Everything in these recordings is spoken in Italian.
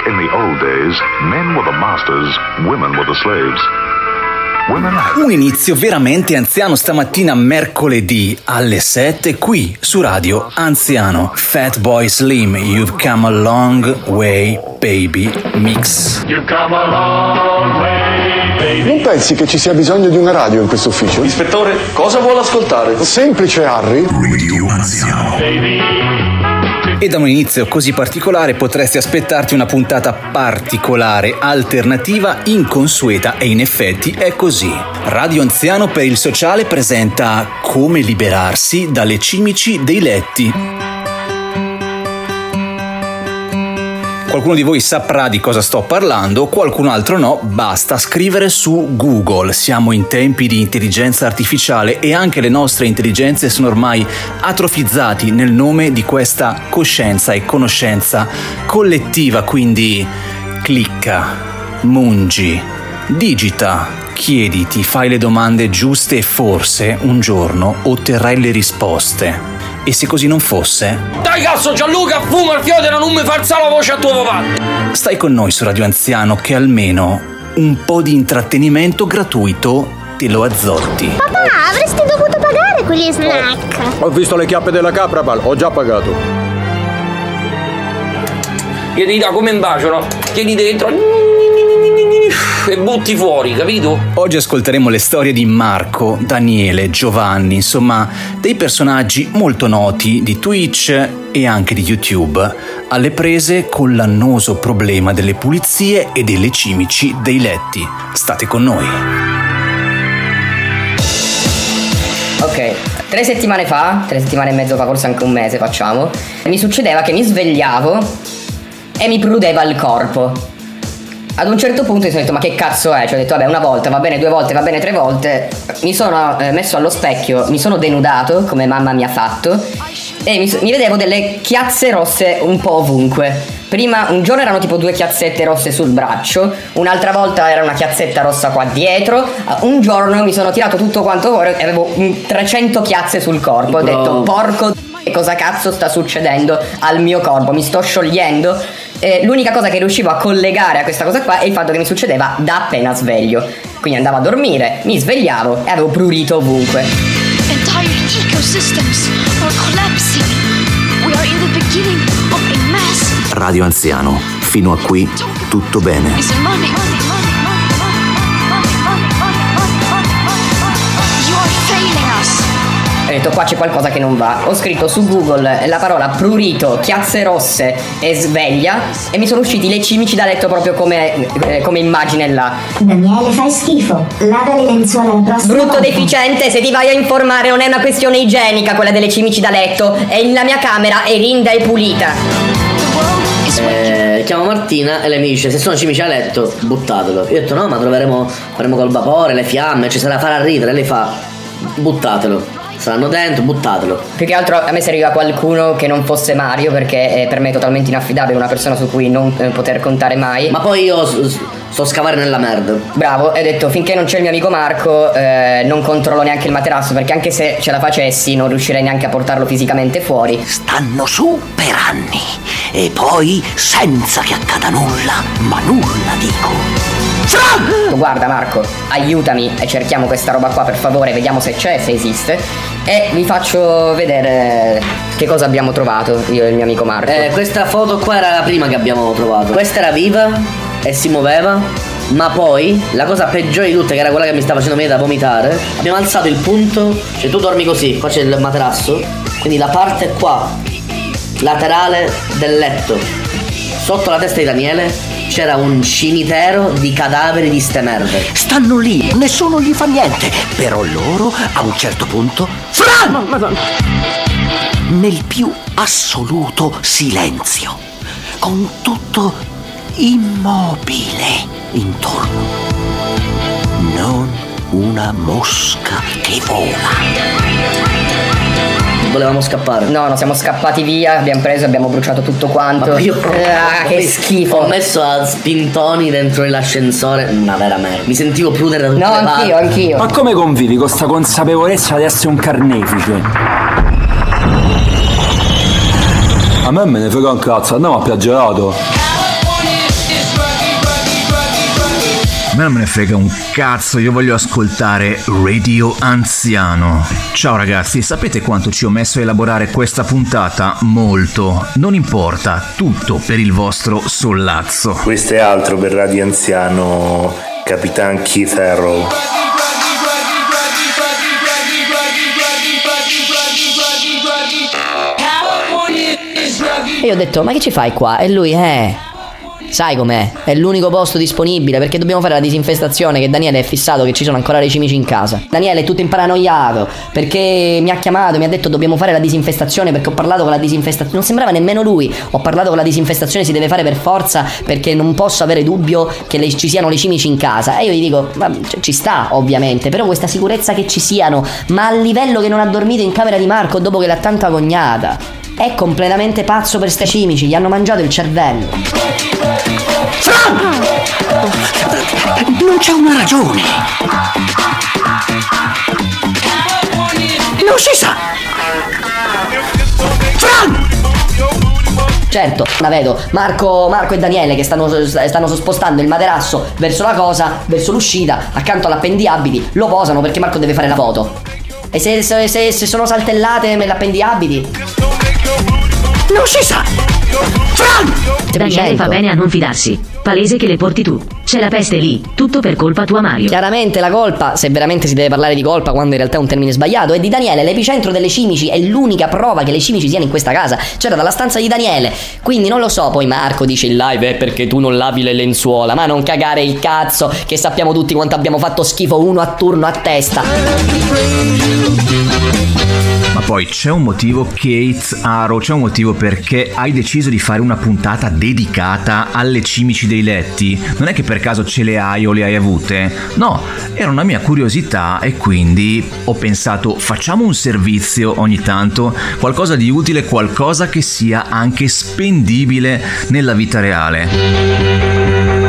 Like in the old days, men were the masters, women were the slaves. Un inizio veramente anziano stamattina mercoledì alle 7 qui su Radio Anziano. Fatboy Slim, You've Come a Long Way Baby Mix. You've come a long way, baby. Non pensi che ci sia bisogno di una radio in questo ufficio? Ispettore, cosa vuole ascoltare? Semplice, Harry. Radio Anziano. Baby. E da un inizio così particolare potresti aspettarti una puntata particolare, alternativa, inconsueta e in effetti è così. Radio Anziano per il sociale presenta Come liberarsi dalle cimici dei letti. Qualcuno di voi saprà di cosa sto parlando, qualcun altro no, basta scrivere su Google. Siamo in tempi di intelligenza artificiale e anche le nostre intelligenze sono ormai atrofizzati nel nome di questa coscienza e conoscenza collettiva, quindi clicca, mungi, digita, chiediti, fai le domande giuste e forse un giorno otterrai le risposte. E se così non fosse? Dai cazzo Gianluca, fuma il chiodera, non mi fa alzare la voce a tuo papà! Stai con noi su Radio Anziano che almeno un po' di intrattenimento gratuito te lo azzotti. Papà, avresti dovuto pagare quegli snack. Ho visto le chiappe della capra, pal, ho già pagato. Io ti dà come un bacio, no? Tieni dentro e butti fuori, capito? Oggi ascolteremo le storie di Marco, Daniele, Giovanni, insomma dei personaggi molto noti di Twitch e anche di YouTube, alle prese con l'annoso problema delle pulizie e delle cimici dei letti. State con noi. Ok, 3 settimane fa, 3 settimane e mezzo fa, forse anche un mese facciamo, mi succedeva che mi svegliavo e mi prudeva il corpo. Ad un certo punto mi sono detto ma che cazzo è? Cioè ho detto vabbè, una volta va bene, 2 volte va bene, 3 volte. Mi sono messo allo specchio, mi sono denudato come mamma mi ha fatto e mi vedevo delle chiazze rosse un po' ovunque. Prima un giorno erano tipo 2 chiazzette rosse sul braccio, un'altra volta era una chiazzetta rossa qua dietro, un giorno mi sono tirato tutto quanto fuori e avevo 300 chiazze sul corpo. Ho detto porco cosa cazzo sta succedendo al mio corpo, mi sto sciogliendo. L'unica cosa che riuscivo a collegare a questa cosa qua è il fatto che mi succedeva da appena sveglio. Quindi andavo a dormire, mi svegliavo e avevo prurito ovunque. Entire ecosystems are collapsing. We are in the beginning of a mass. Radio Anziano, fino a qui tutto bene. Is it money? You are failing us. Ho detto qua c'è qualcosa che non va. Ho scritto su Google la parola prurito, chiazze rosse e sveglia e mi sono usciti le cimici da letto proprio come immagine là. Daniele, fai schifo. Lava le lenzuola la prossima Brutto volta. deficiente, se ti vai a informare non è una questione igienica quella delle cimici da letto. È nella mia camera e rinda e pulita. Chiamo Martina e lei mi dice se sono cimici a letto buttatelo. Io ho detto no, ma faremo col vapore, le fiamme, ci sarà farà ridere. Lei fa buttatelo. Saranno dentro, buttatelo. Più che altro a me serviva qualcuno che non fosse Mario, perché per me è totalmente inaffidabile, una persona su cui non poter contare mai. Ma poi io sto scavare nella merda. Bravo, e ho detto finché non c'è il mio amico Marco non controllo neanche il materasso, perché anche se ce la facessi non riuscirei neanche a portarlo fisicamente fuori. Stanno su per anni e poi senza che accada nulla, ma nulla dico. Guarda Marco, aiutami e cerchiamo questa roba qua per favore, vediamo se c'è, se esiste. E vi faccio vedere che cosa abbiamo trovato io e il mio amico Marco. Questa foto qua era la prima che abbiamo trovato. Questa era viva e si muoveva. Ma poi la cosa peggiore di tutte, che era quella che mi stava facendo venire da vomitare, abbiamo alzato il punto. Cioè tu dormi così, qua c'è il materasso, quindi la parte qua laterale del letto, sotto la testa di Daniele c'era un cimitero di cadaveri di ste merde. Stanno lì, nessuno gli fa niente. Però loro a un certo punto nel più assoluto silenzio, con tutto immobile intorno, non una mosca che vola. Volevamo scappare. No, siamo scappati via, abbiamo preso, abbiamo bruciato tutto quanto. Che schifo. Ho messo a spintoni dentro l'ascensore, una vera merda. Mi sentivo prudere da tutte le parti. Anch'io. Ma come convivi con sta consapevolezza di essere un carnefice? A me ne frega un cazzo, andiamo a piaggerato. A me non me ne frega un cazzo, io voglio ascoltare Radio Anziano. Ciao ragazzi, sapete quanto ci ho messo a elaborare questa puntata? Molto. Non importa, tutto per il vostro sollazzo. Questo è altro per Radio Anziano, Capitan Keith Harrow. E io ho detto, ma che ci fai qua? E lui, sai com'è? È l'unico posto disponibile perché dobbiamo fare la disinfestazione, che Daniele è fissato che ci sono ancora le cimici in casa. Daniele è tutto imparanoiato perché mi ha chiamato, mi ha detto dobbiamo fare la disinfestazione perché ho parlato con la disinfestazione. Non sembrava nemmeno lui. Ho parlato con la disinfestazione, si deve fare per forza perché non posso avere dubbio che ci siano le cimici in casa. E io gli dico, ci sta ovviamente, però questa sicurezza che ci siano, ma a livello che non ha dormito in camera di Marco dopo che l'ha tanto agognata. È completamente pazzo per ste cimici, gli hanno mangiato il cervello. Fran! Non c'è una ragione. Non si sa. Fran! Certo, la vedo Marco e Daniele che stanno spostando il materasso verso la cosa, verso l'uscita, accanto all'appendiabiti. Lo posano perché Marco deve fare la foto. E se sono saltellate l'appendiabiti? Non si sa. Fran! Daniele fa bene a non fidarsi. Palese che le porti tu. C'è la peste lì. Tutto per colpa tua, Mario. Chiaramente la colpa, se veramente si deve parlare di colpa quando in realtà è un termine sbagliato, è di Daniele. L'epicentro delle cimici è l'unica prova che le cimici siano in questa casa. C'era dalla stanza di Daniele. Quindi non lo so. Poi Marco dice in live è perché tu non lavi le lenzuola. Ma non cagare il cazzo, che sappiamo tutti quanto abbiamo fatto schifo uno a turno a testa. Ma poi c'è un motivo, Kate Aro, c'è un motivo perché hai deciso di fare una puntata dedicata alle cimici dei letti. Non è che per caso ce le hai o le hai avute? No, era una mia curiosità e quindi ho pensato facciamo un servizio ogni tanto, qualcosa di utile, qualcosa che sia anche spendibile nella vita reale.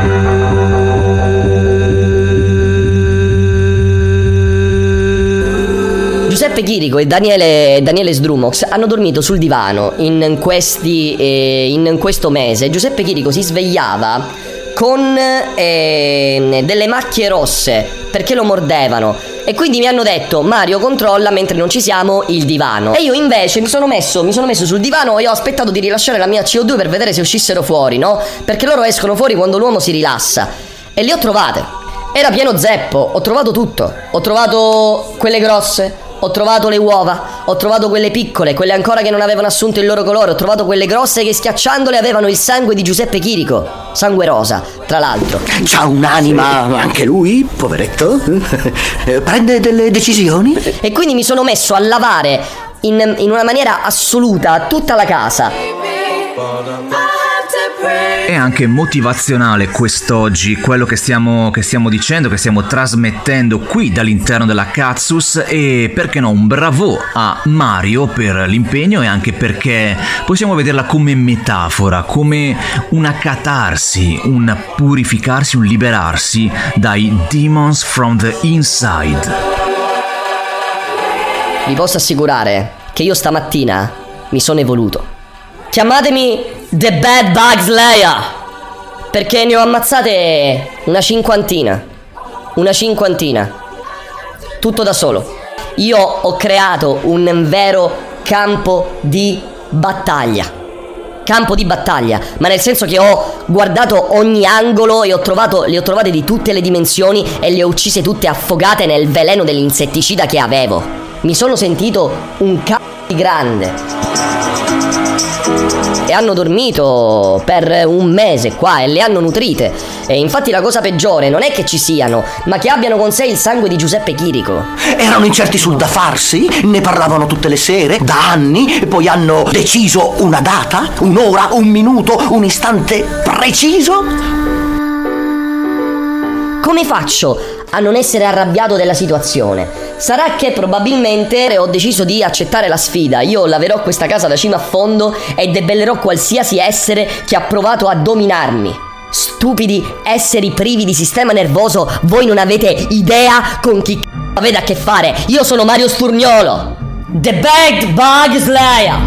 Giuseppe Chirico e Daniele Sdrumox hanno dormito sul divano in questo mese. Giuseppe Chirico si svegliava con delle macchie rosse perché lo mordevano e quindi mi hanno detto Mario controlla mentre non ci siamo il divano. E io invece mi sono messo sul divano e ho aspettato di rilasciare la mia CO2 per vedere se uscissero fuori, no? Perché loro escono fuori quando l'uomo si rilassa. E le ho trovate. Era pieno zeppo, ho trovato tutto. Ho trovato quelle grosse, ho trovato le uova, ho trovato quelle piccole, quelle ancora che non avevano assunto il loro colore, ho trovato quelle grosse che schiacciandole avevano il sangue di Giuseppe Chirico, sangue rosa, tra l'altro. C'ha un'anima anche lui, poveretto. Prende delle decisioni. E quindi mi sono messo a lavare in una maniera assoluta tutta la casa. È anche motivazionale quest'oggi quello che stiamo dicendo, che stiamo trasmettendo qui dall'interno della Katsus, e perché no un bravo a Mario per l'impegno e anche perché possiamo vederla come metafora, come una catarsi, un purificarsi, un liberarsi dai demons from the inside. Vi posso assicurare che io stamattina mi sono evoluto. Chiamatemi The Bad Bug Slayer, perché ne ho ammazzate una cinquantina. Tutto da solo. Io ho creato un vero campo di battaglia, ma nel senso che ho guardato ogni angolo e le ho trovate di tutte le dimensioni e le ho uccise tutte affogate nel veleno dell'insetticida che avevo. Mi sono sentito un c***o di grande. E hanno dormito per un mese qua e le hanno nutrite. E infatti la cosa peggiore non è che ci siano, ma che abbiano con sé il sangue di Giuseppe Chirico. Erano incerti sul da farsi, ne parlavano tutte le sere, da anni, e poi hanno deciso una data, un'ora, un minuto, un istante preciso. Come faccio a non essere arrabbiato della situazione? Sarà che probabilmente ho deciso di accettare la sfida. Io laverò questa casa da cima a fondo e debellerò qualsiasi essere che ha provato a dominarmi. Stupidi esseri privi di sistema nervoso, voi non avete idea con chi avete a che fare. Io sono Mario Sturniolo, The Bad Bug Slayer.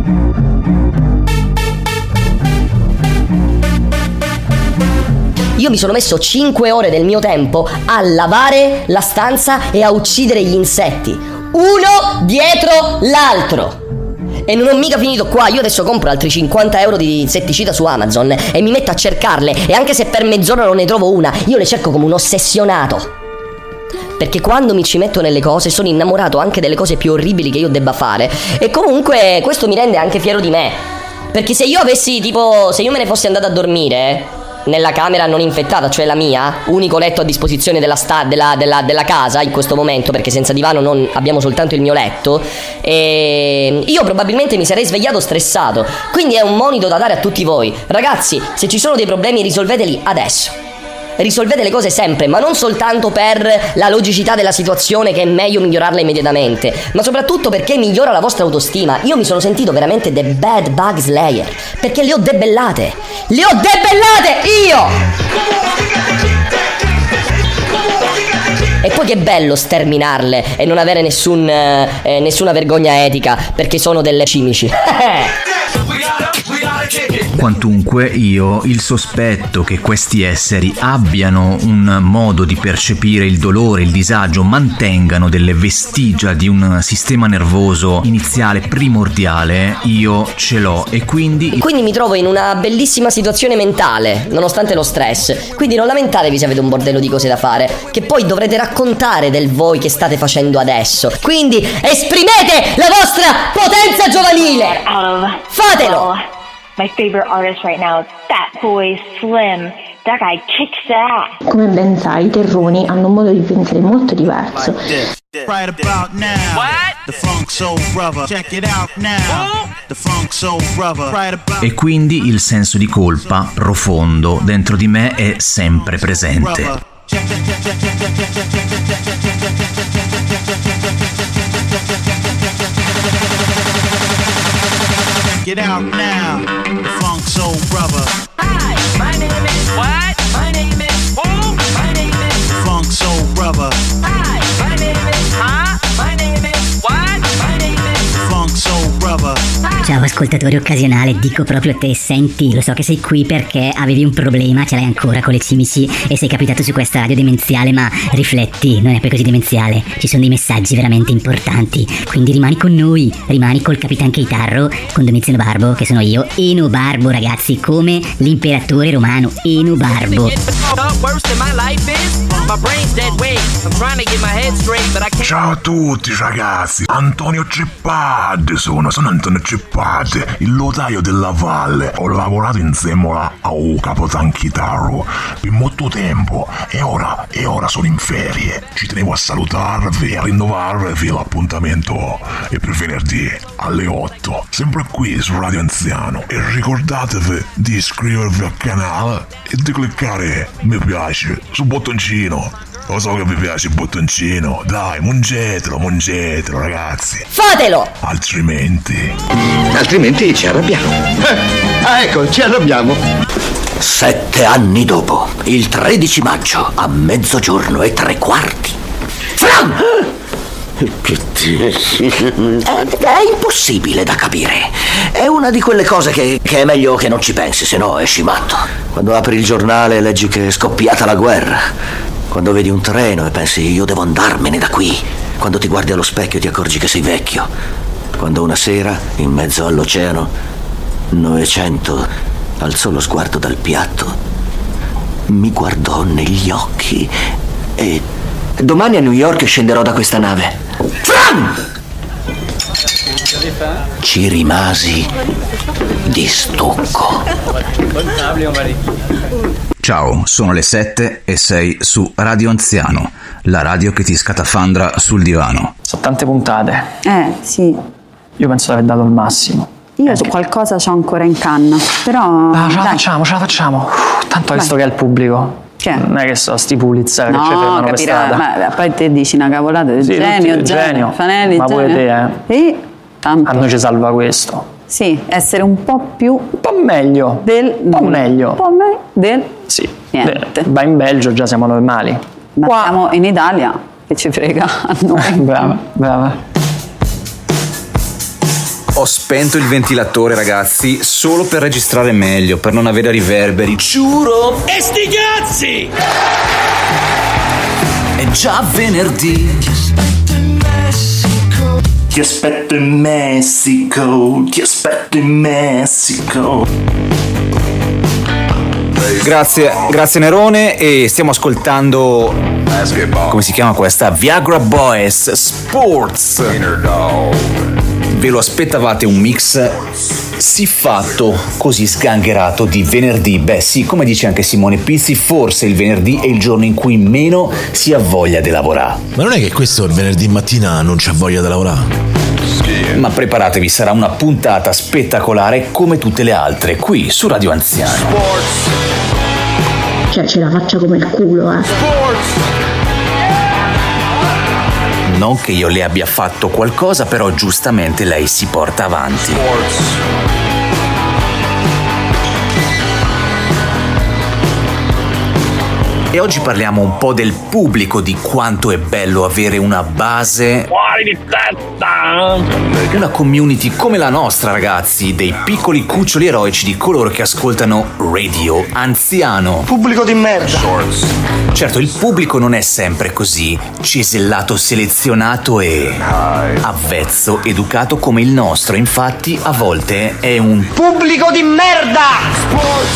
Io mi sono messo 5 ore del mio tempo a lavare la stanza e a uccidere gli insetti, uno dietro l'altro. E non ho mica finito qua. Io adesso compro altri 50 euro di insetticida su Amazon e mi metto a cercarle, e anche se per mezz'ora non ne trovo una, io le cerco come un ossessionato. Perché quando mi ci metto nelle cose sono innamorato anche delle cose più orribili che io debba fare. E comunque questo mi rende anche fiero di me. Perché se io avessi se io me ne fossi andato a dormire nella camera non infettata, cioè la mia, unico letto a disposizione della casa in questo momento, perché senza divano non abbiamo soltanto il mio letto, e io probabilmente mi sarei svegliato stressato. Quindi è un monito da dare a tutti voi. Ragazzi, se ci sono dei problemi risolveteli adesso. Risolvete le cose sempre, ma non soltanto per la logicità della situazione, che è meglio migliorarla immediatamente, ma soprattutto perché migliora la vostra autostima. Io mi sono sentito veramente The Bad Bug Slayer, perché le ho debellate io! E poi che bello sterminarle e non avere nessuna vergogna etica, perché sono delle cimici. Quantunque io il sospetto che questi esseri abbiano un modo di percepire il dolore, il disagio, mantengano delle vestigia di un sistema nervoso iniziale primordiale, io ce l'ho, e quindi mi trovo in una bellissima situazione mentale, nonostante lo stress. Quindi non lamentatevi se avete un bordello di cose da fare, che poi dovrete raccontare del voi che state facendo adesso. Quindi esprimete la vostra potenza giovanile! Fatelo! My favorite artist right now is Fatboy Slim. That guy kicks ass. Come ben sai, i terroni hanno un modo di pensare molto diverso. Right about now. What? The Funk Soul Brother. Check it out now. The Funk Soul Brother. Right about. E quindi il senso di colpa profondo dentro di me è sempre presente. Get out now, the Funk Soul Brother. Hi, my name is what? My name is who? My name is the Funk Soul Brother. Hi, my name is My name is what? My name is the Funk Soul Brother. Ciao ascoltatore occasionale, dico proprio a te, senti, lo so che sei qui perché avevi un problema, ce l'hai ancora con le cimici e sei capitato su questa radio demenziale, ma rifletti, non è poi così demenziale, ci sono dei messaggi veramente importanti, quindi rimani con noi, rimani col Capitan Chitarro, con Domiziano Barbo, che sono io, Eno Barbo ragazzi, come l'imperatore romano, Eno Barbo. Ciao a tutti ragazzi, Antonio Ceppade sono Antonio Ceppade, il lotaio della valle. Ho lavorato insieme a Capitan Chitarro per molto tempo e ora sono in ferie. Ci tenevo a salutarvi e a rinnovarvi l'appuntamento è per venerdì alle 8, sempre qui su Radio Anziano, e ricordatevi di iscrivervi al canale e di cliccare mi piace sul bottoncino. Lo so che vi piace il bottoncino, dai, mungetelo ragazzi. Fatelo! Altrimenti ci arrabbiamo. Ecco, ci arrabbiamo. 7 anni dopo, il 13 maggio, a 12:03. Fran! È impossibile da capire. È una di quelle cose che è meglio che non ci pensi, se no esci matto. Quando apri il giornale e leggi che è scoppiata la guerra. Quando vedi un treno e pensi io devo andarmene da qui. Quando ti guardi allo specchio e ti accorgi che sei vecchio. Quando una sera, in mezzo all'oceano, Novecento alzò lo sguardo dal piatto, mi guardò negli occhi e... Domani a New York scenderò da questa nave. Fran! Ci rimasi di stucco. Ciao, sono le 7 e sei su Radio Anziano, la radio che ti scatafandra sul divano. Sono tante puntate. Sì. Io penso di aver dato il massimo. Io qualcosa c'ho ancora in canna, però... ce la facciamo. Tanto hai visto che è il pubblico. Che? Non è che so, sti Pulitzer che ci fermano per strada. Ma poi te dici una cavolata del genio, Fanelli, ma pure te, Sì, tanto. A noi ci salva questo. Sì, essere un po' più... Un po' meglio. Sì. Niente. Va in Belgio, già siamo normali. Ma siamo in Italia, che ci frega a noi. Brava. Ho spento il ventilatore, ragazzi, solo per registrare meglio, per non avere riverberi. Giuro! E sti cazzi! È già venerdì. Ti aspetto in Messico, ti aspetto in Messico. Grazie Nerone, e stiamo ascoltando, come si chiama questa? Viagra Boys Sports. Ve lo aspettavate un mix siffatto, così sgangherato di venerdì? Beh sì, come dice anche Simone Pizzi, forse il venerdì è il giorno in cui meno si ha voglia di lavorare. Ma non è che questo il venerdì mattina non c'ha voglia di lavorare? Ma preparatevi, sarà una puntata spettacolare come tutte le altre, qui su Radio Anziano. Cioè, ce la faccia come il culo, Non che io le abbia fatto qualcosa, però giustamente lei si porta avanti. E oggi parliamo un po' del pubblico, di quanto è bello avere una base, Fuori di testa! una community come la nostra, ragazzi, dei piccoli cuccioli eroici di coloro che ascoltano Radio Anziano. Pubblico di merda. Certo, il pubblico non è sempre così cesellato, selezionato e avvezzo, educato come il nostro. Infatti, a volte è un Pubblico di merda!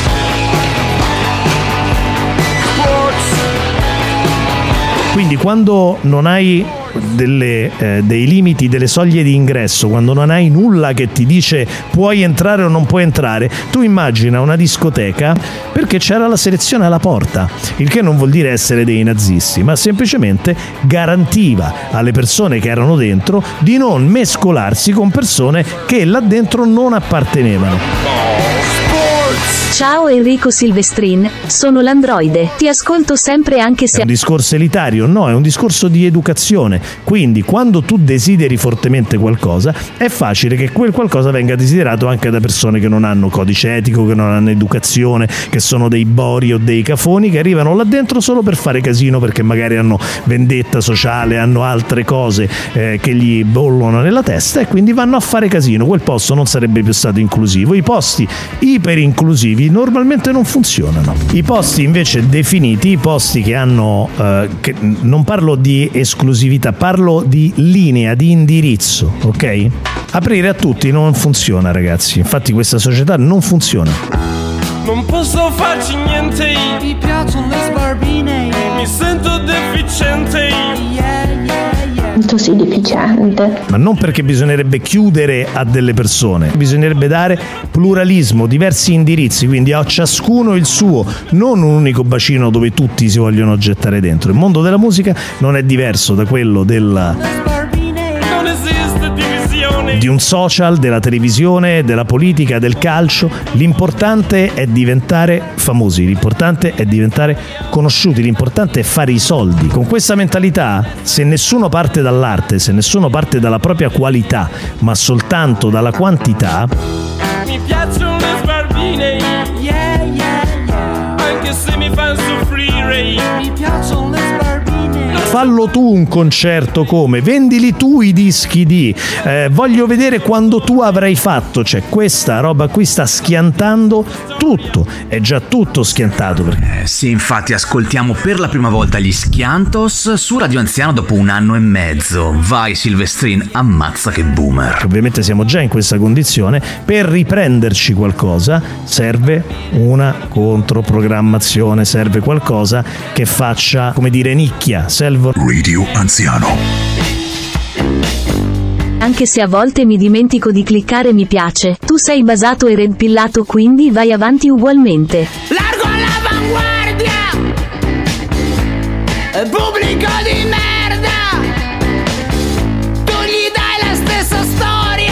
Quindi quando non hai dei limiti, delle soglie di ingresso, quando non hai nulla che ti dice puoi entrare o non puoi entrare, tu immagina una discoteca perché c'era la selezione alla porta, il che non vuol dire essere dei nazisti, ma semplicemente garantiva alle persone che erano dentro di non mescolarsi con persone che là dentro non appartenevano. Ciao Enrico Silvestrin, sono l'androide, ti ascolto sempre anche se... È un discorso elitario? No, è un discorso di educazione. Quindi quando tu desideri fortemente qualcosa, è facile che quel qualcosa venga desiderato anche da persone che non hanno codice etico, che non hanno educazione, che sono dei bori o dei cafoni, che arrivano là dentro solo per fare casino, perché magari hanno vendetta sociale, hanno altre cose che gli bollono nella testa, e quindi vanno a fare casino. Quel posto non sarebbe più stato inclusivo. I posti iperinclusivi normalmente non funzionano. I posti invece definiti, i posti che hanno che non parlo di esclusività, parlo di linea, di indirizzo, ok? Aprire a tutti non funziona, ragazzi. Infatti questa società non funziona. Non posso farci niente, mi piacciono le sbarbine, mi sento deficiente. Quanto sei deficiente. Ma non perché bisognerebbe chiudere a delle persone, bisognerebbe dare pluralismo, diversi indirizzi, quindi a ciascuno il suo, non un unico bacino dove tutti si vogliono gettare dentro. Il mondo della musica non è diverso da quello di un social, della televisione, della politica, del calcio. L'importante è diventare famosi, l'importante è diventare conosciuti, l'importante è fare i soldi. Con questa mentalità, se nessuno parte dall'arte, se nessuno parte dalla propria qualità, ma soltanto dalla quantità, Mi piacciono le sbarbine, anche se mi fanno soffrire. Mi piacciono le sbarbine. fallo tu un concerto, come vendili tu i dischi di voglio vedere quando tu avrai fatto. Cioè, questa roba qui sta schiantando tutto, è già tutto schiantato. Sì, infatti ascoltiamo per la prima volta gli Schiantos su Radio Anziano dopo 1 anno e mezzo. Vai Silvestrin, ammazza che boomer. Ovviamente siamo già in questa condizione. Per riprenderci qualcosa serve una controprogrammazione, serve qualcosa che faccia, come dire, nicchia. Serve Radio Anziano. Anche se a volte mi dimentico di cliccare mi piace, tu sei basato e red pillato, quindi vai avanti ugualmente. Largo all'avanguardia! Pubblico di merda! Tu gli dai la stessa storia!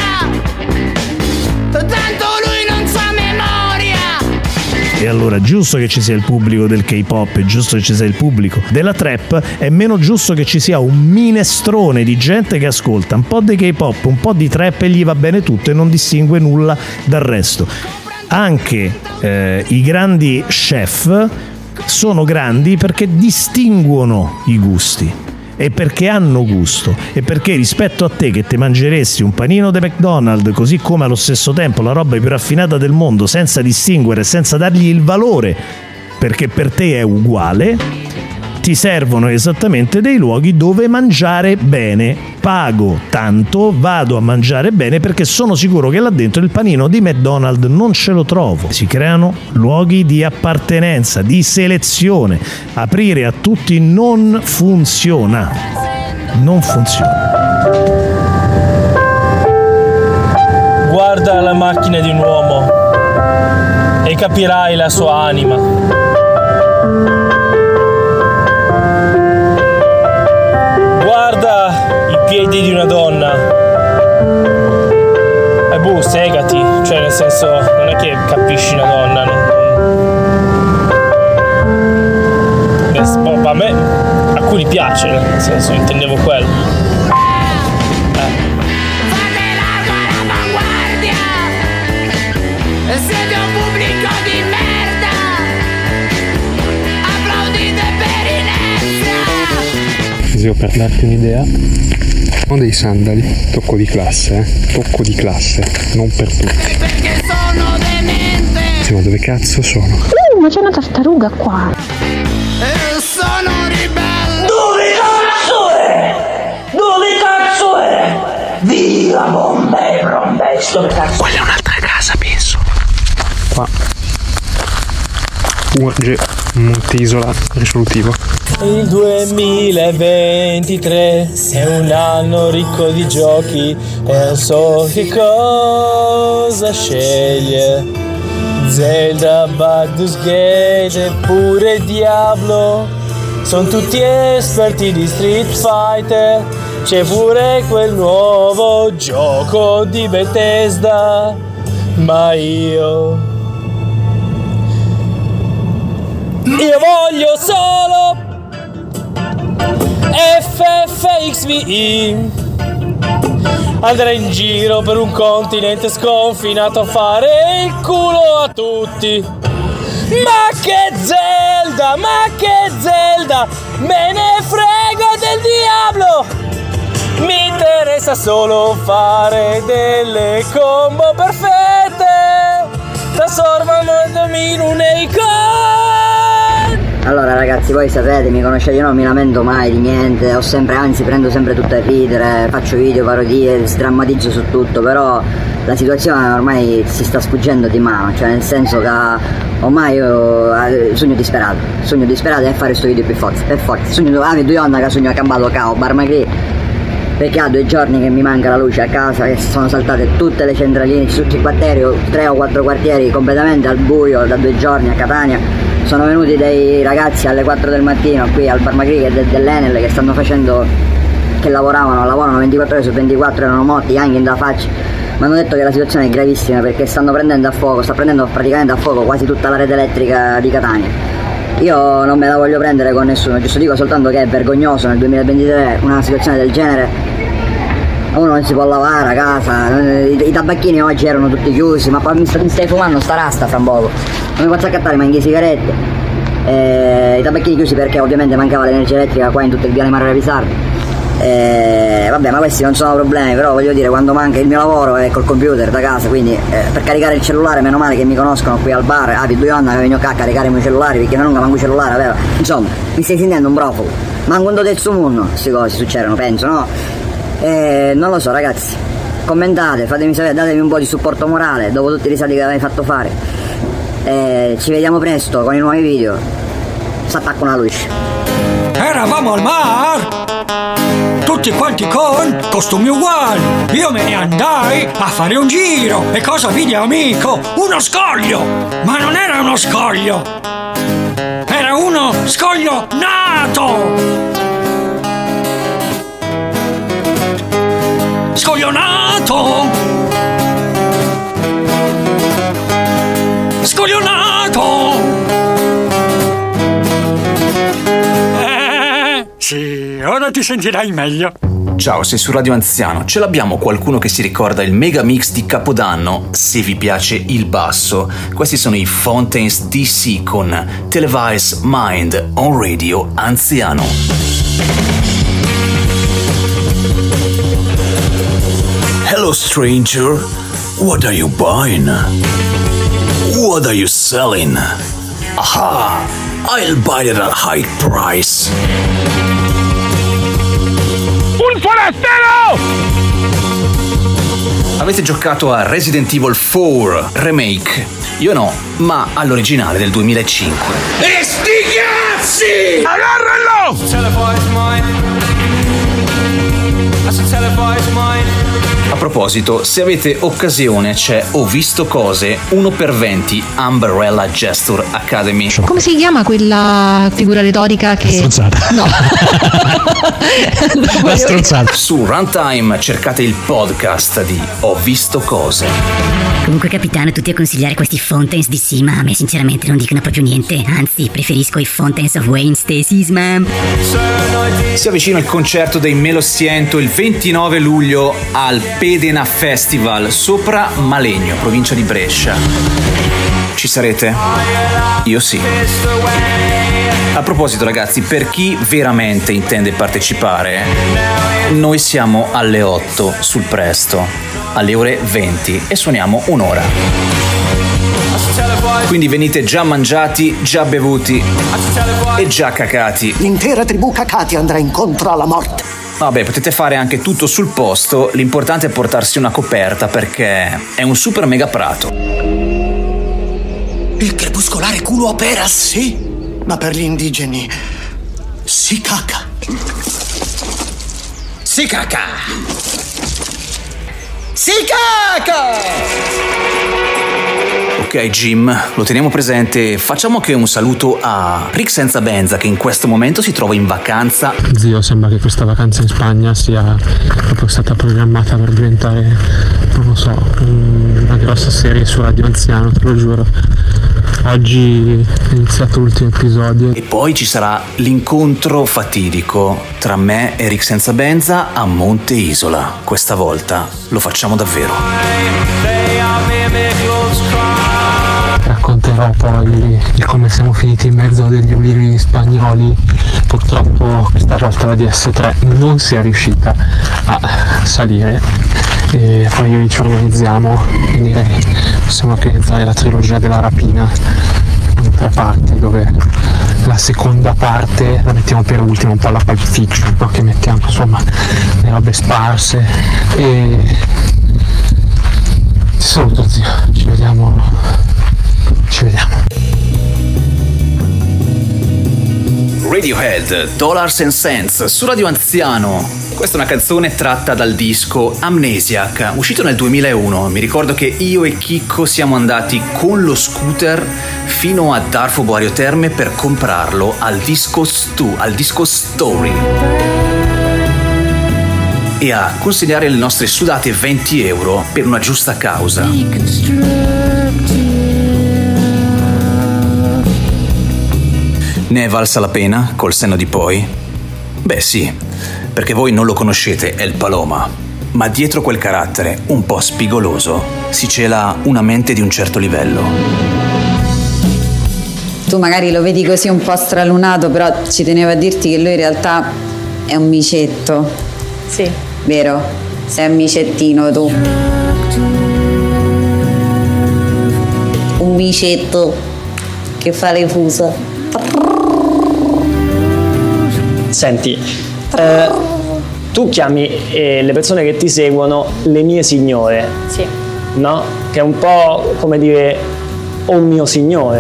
Tanto lui non sa memoria! E allora, giusto che ci sia il pubblico del K-pop, è giusto che ci sia il pubblico della trap, è meno giusto che ci sia un minestrone di gente che ascolta un po' di K-pop, un po' di trap e gli va bene tutto e non distingue nulla dal resto. Anche i grandi chef sono grandi perché distinguono i gusti. e perché hanno gusto, e perché rispetto a te che ti mangeresti un panino di McDonald's così come allo stesso tempo la roba più raffinata del mondo, senza distinguere, senza dargli il valore perché per te è uguale, ti servono esattamente dei luoghi dove mangiare bene. Pago tanto, vado a mangiare bene perché sono sicuro che là dentro il panino di McDonald's non ce lo trovo. Si creano luoghi di appartenenza, di selezione. Aprire a tutti non funziona. Non funziona. Guarda la macchina di un uomo e capirai la sua anima. Guarda i piedi di una donna e segati, cioè nel senso non è che capisci una donna, a me, a cui piace, nel senso intendevo quello. Siete un pubblico di merda, applaudite per inerzia. Devo per darti un'idea, ho dei sandali, tocco di classe, non per tutti. Perché sono demente. Sì, ma dove cazzo sono? Ma c'è una tartaruga qua. E sono ribelle. Dove cazzo è? Via Bombay, dove cazzo? Quella è un'altra casa, penso. Qua UG Montisola risolutivo. Il 2023 è un anno ricco di giochi e non so che cosa sceglie. Zelda, Baldur's Gate e pure Diablo sono tutti esperti di Street Fighter. C'è pure quel nuovo gioco di Bethesda, ma io voglio solo FFXVI. Andrei in giro per un continente sconfinato a fare il culo a tutti. Ma che Zelda, me ne frego del diavolo. Mi interessa solo fare delle combo perfette, trasformandomi in un icon. Allora ragazzi, voi sapete, mi conoscete, io non mi lamento mai di niente, anzi prendo sempre tutto a ridere, faccio video, parodie, sdrammatizzo su tutto, però la situazione ormai si sta sfuggendo di mano, cioè nel senso che ormai io sogno disperato è fare questo video per forza, sogno due anni che sogno cambiato cao, Barmagri, perché ha 2 giorni che mi manca la luce a casa, che sono saltate tutte le centraline, tutti i quartieri, 3 o 4 quartieri completamente al buio da 2 giorni a Catania. Sono venuti dei ragazzi alle 4 del mattino qui al Barmagri, che è dell'Enel, che stanno facendo, che lavorano 24 ore su 24, erano morti anche in da faccia. Mi hanno detto che la situazione è gravissima perché sta prendendo praticamente a fuoco quasi tutta la rete elettrica di Catania. Io non me la voglio prendere con nessuno, giusto dico soltanto che è vergognoso nel 2023 una situazione del genere. Uno non si può lavare a casa, i tabacchini oggi erano tutti chiusi, ma mi stai fumando sta rasta fra un poco, non mi faccio accattare manchi sigarette, i tabacchini chiusi perché ovviamente mancava l'energia elettrica qua in tutto il viale Mario Pisardi. Vabbè, ma questi non sono problemi, però voglio dire, quando manca il mio lavoro è col computer da casa, quindi per caricare il cellulare, meno male che mi conoscono qui al bar, vi 2 anni che vengo qua a caricare i miei cellulari, perché non manco un cellulare, vero? Insomma, mi stai sentendo un profugo, manco un del suo mondo, queste cose succedono, penso, no? Non lo so ragazzi, commentate, fatemi sapere, datemi un po' di supporto morale dopo tutti i risati che avete fatto fare. Ci vediamo presto con i nuovi video. S'attacca una luce. Eravamo al mar, tutti quanti con costumi uguali. Io me ne andai a fare un giro e cosa vidi, amico? Uno scoglio! Ma non era uno scoglio, era uno scoglio nato! Scoglionato! Sì, ora ti sentirai meglio. Ciao, sei su Radio Anziano. Ce l'abbiamo qualcuno che si ricorda il mega mix di Capodanno? Se vi piace il basso, questi sono i Fontaines DC con Televised Mind on Radio Anziano. Hello, stranger. What are you buying? What are you selling? Aha! I'll buy it at high price. Un forastero! Avete giocato a Resident Evil 4 Remake? Io no, ma all'originale del 2005. E sti cazzi! Agarralo! A proposito, se avete occasione c'è Ho visto cose 1x20 Umbrella Gesture Academy. Come si chiama quella figura retorica che... Stronzata. No. La stronzata. Su Runtime cercate il podcast di Ho visto cose. Comunque capitano, tutti a consigliare questi Fountains di sì, ma a me sinceramente non dicono proprio niente. Anzi, preferisco i Fountains of Wayne Stacy's, ma... Si avvicina il concerto dei Melosiento il 29 luglio al Pedena Festival sopra Malegno, provincia di Brescia. Ci sarete? Io sì. A proposito ragazzi, per chi veramente intende partecipare, noi siamo alle 8 sul Presto, alle ore 20 e suoniamo un'ora. Quindi venite già mangiati, già bevuti e già cacati. L'intera tribù cacati andrà incontro alla morte. Vabbè, potete fare anche tutto sul posto, l'importante è portarsi una coperta perché è un super mega prato. Il crepuscolare culo opera, sì, ma per gli indigeni si caca. Si caca! Si caca! Ok Jim, lo teniamo presente. Facciamo anche un saluto a Rick Senza Benza che in questo momento si trova in vacanza. Zio, sembra che questa vacanza in Spagna sia proprio stata programmata per diventare, non lo so, una grossa serie su Radio Anziano, te lo giuro. Oggi è iniziato l'ultimo episodio. E poi ci sarà l'incontro fatidico tra me e Rick Senza Benza a Monte Isola. Questa volta lo facciamo davvero. Racconterò poi di come siamo finiti in mezzo a degli ulivi spagnoli. Purtroppo questa volta la DS3 non si è riuscita a salire e poi ci organizziamo e direi possiamo organizzare la trilogia della rapina in 3 parti, dove la seconda parte la mettiamo per ultimo, un po' la Pulp Fiction, no? Che mettiamo insomma le robe sparse. E ti saluto zio, ci vediamo. Radiohead, Dollars and Cents su Radio Anziano. Questa è una canzone tratta dal disco Amnesiac, uscito nel 2001. Mi ricordo che io e Chicco siamo andati con lo scooter fino a Darfo Boario Terme per comprarlo al disco Story e a consegnare le nostre sudate 20 euro per una giusta causa. Ne è valsa la pena, col senno di poi? Beh sì, perché voi non lo conoscete, El Paloma, ma dietro quel carattere un po' spigoloso si cela una mente di un certo livello. Tu magari lo vedi così un po' stralunato, però ci tenevo a dirti che lui in realtà è un micetto. Sì. Vero? Sei un micettino tu. Un micetto che fa le fusa. Senti, tu chiami le persone che ti seguono le mie signore. Sì. No? Che è un po' come dire un mio signore.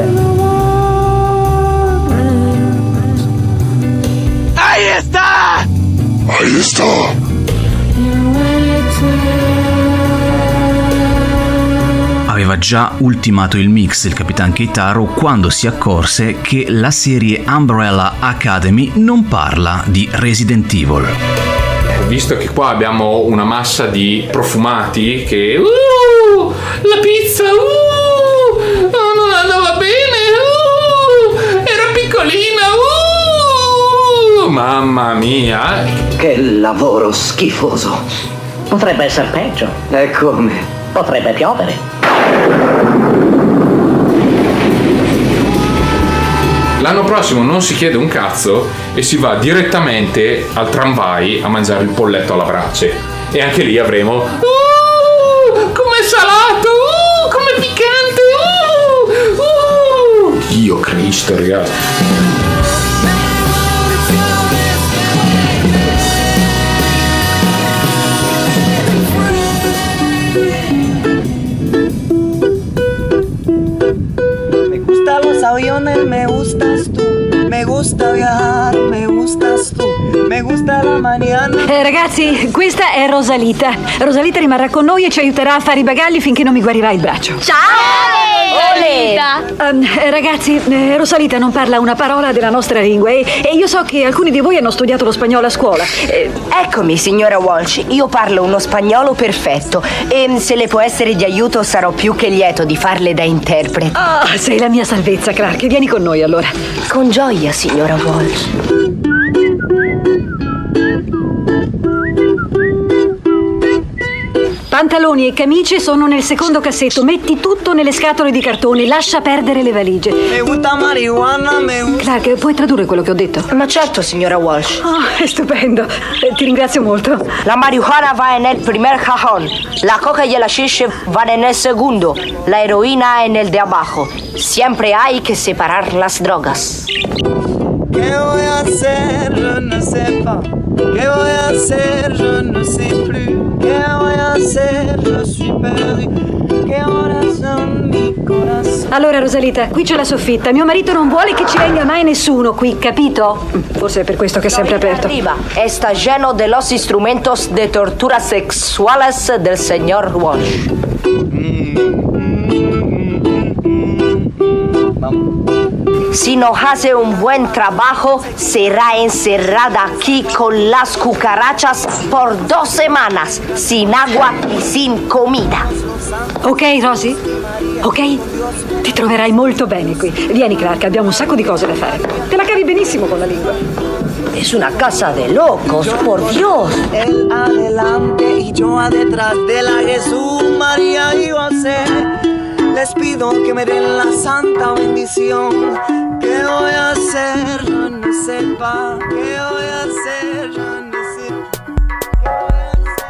Ahí está! Ahí está! Aveva già ultimato il mix il Capitan Keitaro quando si accorse che la serie Umbrella Academy non parla di Resident Evil. Visto che qua abbiamo una massa di profumati che la pizza non andava bene, era piccolina, mamma mia, che lavoro schifoso. Potrebbe essere peggio. E come? Potrebbe piovere. L'anno prossimo non si chiede un cazzo e si va direttamente al tramvai a mangiare il polletto alla brace. E anche lì avremo history, ragazzi. Me gustan los aviones, me gustas tú. Me gusta viajar, me gustas tu, me gusta la mañana. Ragazzi, questa è Rosalita. Rosalita rimarrà con noi e ci aiuterà a fare i bagagli finché non mi guarirà il braccio. Ciao! Ragazzi, Rosalita non parla una parola della nostra lingua e io so che alcuni di voi hanno studiato lo spagnolo a scuola. Eccomi, signora Walsh, io parlo uno spagnolo perfetto e se le può essere di aiuto sarò più che lieto di farle da interprete. Ah, sei la mia salvezza, Clark. Vieni con noi allora. Con gioia, signora Walsh. Pantaloni e camicie sono nel secondo cassetto. Metti tutto nelle scatole di cartone. Lascia perdere le valigie. Me gusta marijuana, Clark, puoi tradurre quello che ho detto? Ma certo, signora Walsh. Oh, è stupendo. Ti ringrazio molto. La marijuana va nel primer cajón. La coca y el hashish van en el segundo. La heroína en el de abajo. Siempre hay que separar las drogas. ¿Qué voy a hacer? Je ne sais pas. ¿Qué voy a hacer? Je ne sais plus. ¿Qué voy a hacer? Je suis perdu. ¿Qué horas son mi corazón? Allora, Rosalita, qui c'è la soffitta. Mio marito non vuole che ci venga mai nessuno qui, capito? Forse è per questo che è sempre aperto. Arriba. Está lleno de los instrumentos de tortura sexuales del señor Walsh. Si no hace un buen trabajo, será encerrada aquí con las cucarachas por 2 semanas, sin agua y sin comida. Ok, Rosy? Ok? Ti troverai molto bene qui. Vieni, Clark, abbiamo un sacco di cose da fare. Te la cavi benissimo con la lingua. Es una casa de locos, por Dios. Él adelante y yo detrás de la Jesús, María y José. Les pido que me den la santa bendición. ¿Qué voy a hacer? Yo no sé pa. ¿Qué voy a hacer? Yo no sé. ¿Qué voy a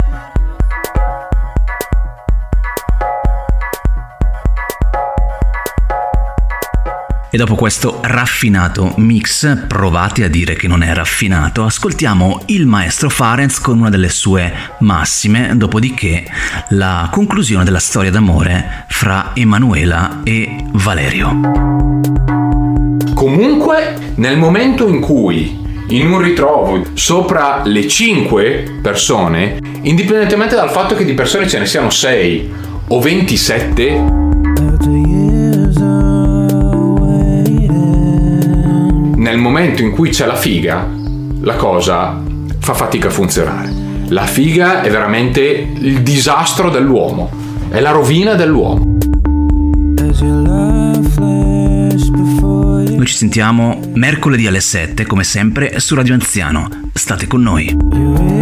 E dopo questo raffinato mix, provate a dire che non è raffinato, ascoltiamo il maestro Farenz con una delle sue massime, dopodiché la conclusione della storia d'amore fra Emanuela e Valerio. Comunque, nel momento in cui in un ritrovo sopra le 5 persone, indipendentemente dal fatto che di persone ce ne siano 6 o 27, nel momento in cui c'è la figa, la cosa fa fatica a funzionare. La figa è veramente il disastro dell'uomo, è la rovina dell'uomo. Noi ci sentiamo mercoledì alle 7, come sempre, su Radio Anziano. State con noi.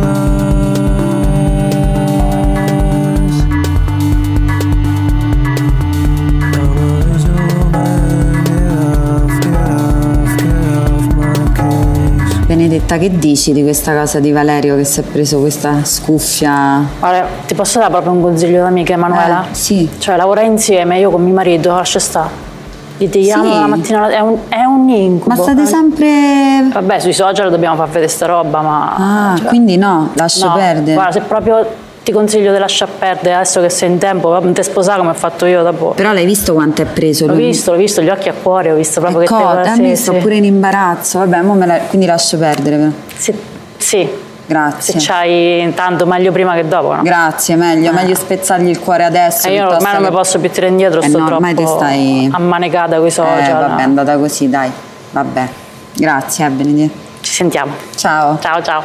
Benedetta, che dici di questa cosa di Valerio che si è preso questa scuffia? Guarda, ti posso dare proprio un consiglio d'amica, Emanuela? Sì. Cioè, lavora insieme, io con mio marito, lascia stare. Litighiamo Sì. la mattina, è un incubo. Ma state sempre... Vabbè, sui social dobbiamo far vedere sta roba, ma... Ah, cioè, quindi no, lascio perdere. Guarda, se proprio ti consiglio di lasciar perdere, adesso che sei in tempo, non ti sposare come ho fatto io dopo. Però l'hai visto quanto è preso? L'ho visto, gli occhi a cuore, ho visto proprio che te... mi sto pure in imbarazzo, vabbè, quindi lascio perdere però. Sì. Grazie. Se c'hai intanto meglio prima che dopo, no? Graio, meglio spezzargli il cuore adesso. E io ormai non mi posso più tirare indietro, sto ormai troppo te stai ammanicata coi social. Vabbè, è andata così, dai. Vabbè. Grazie, Benedetta. Ci sentiamo. Ciao. Ciao.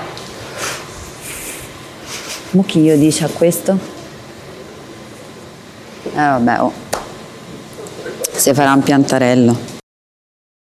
Mo chi io dice a questo? Vabbè, se farà un piantarello.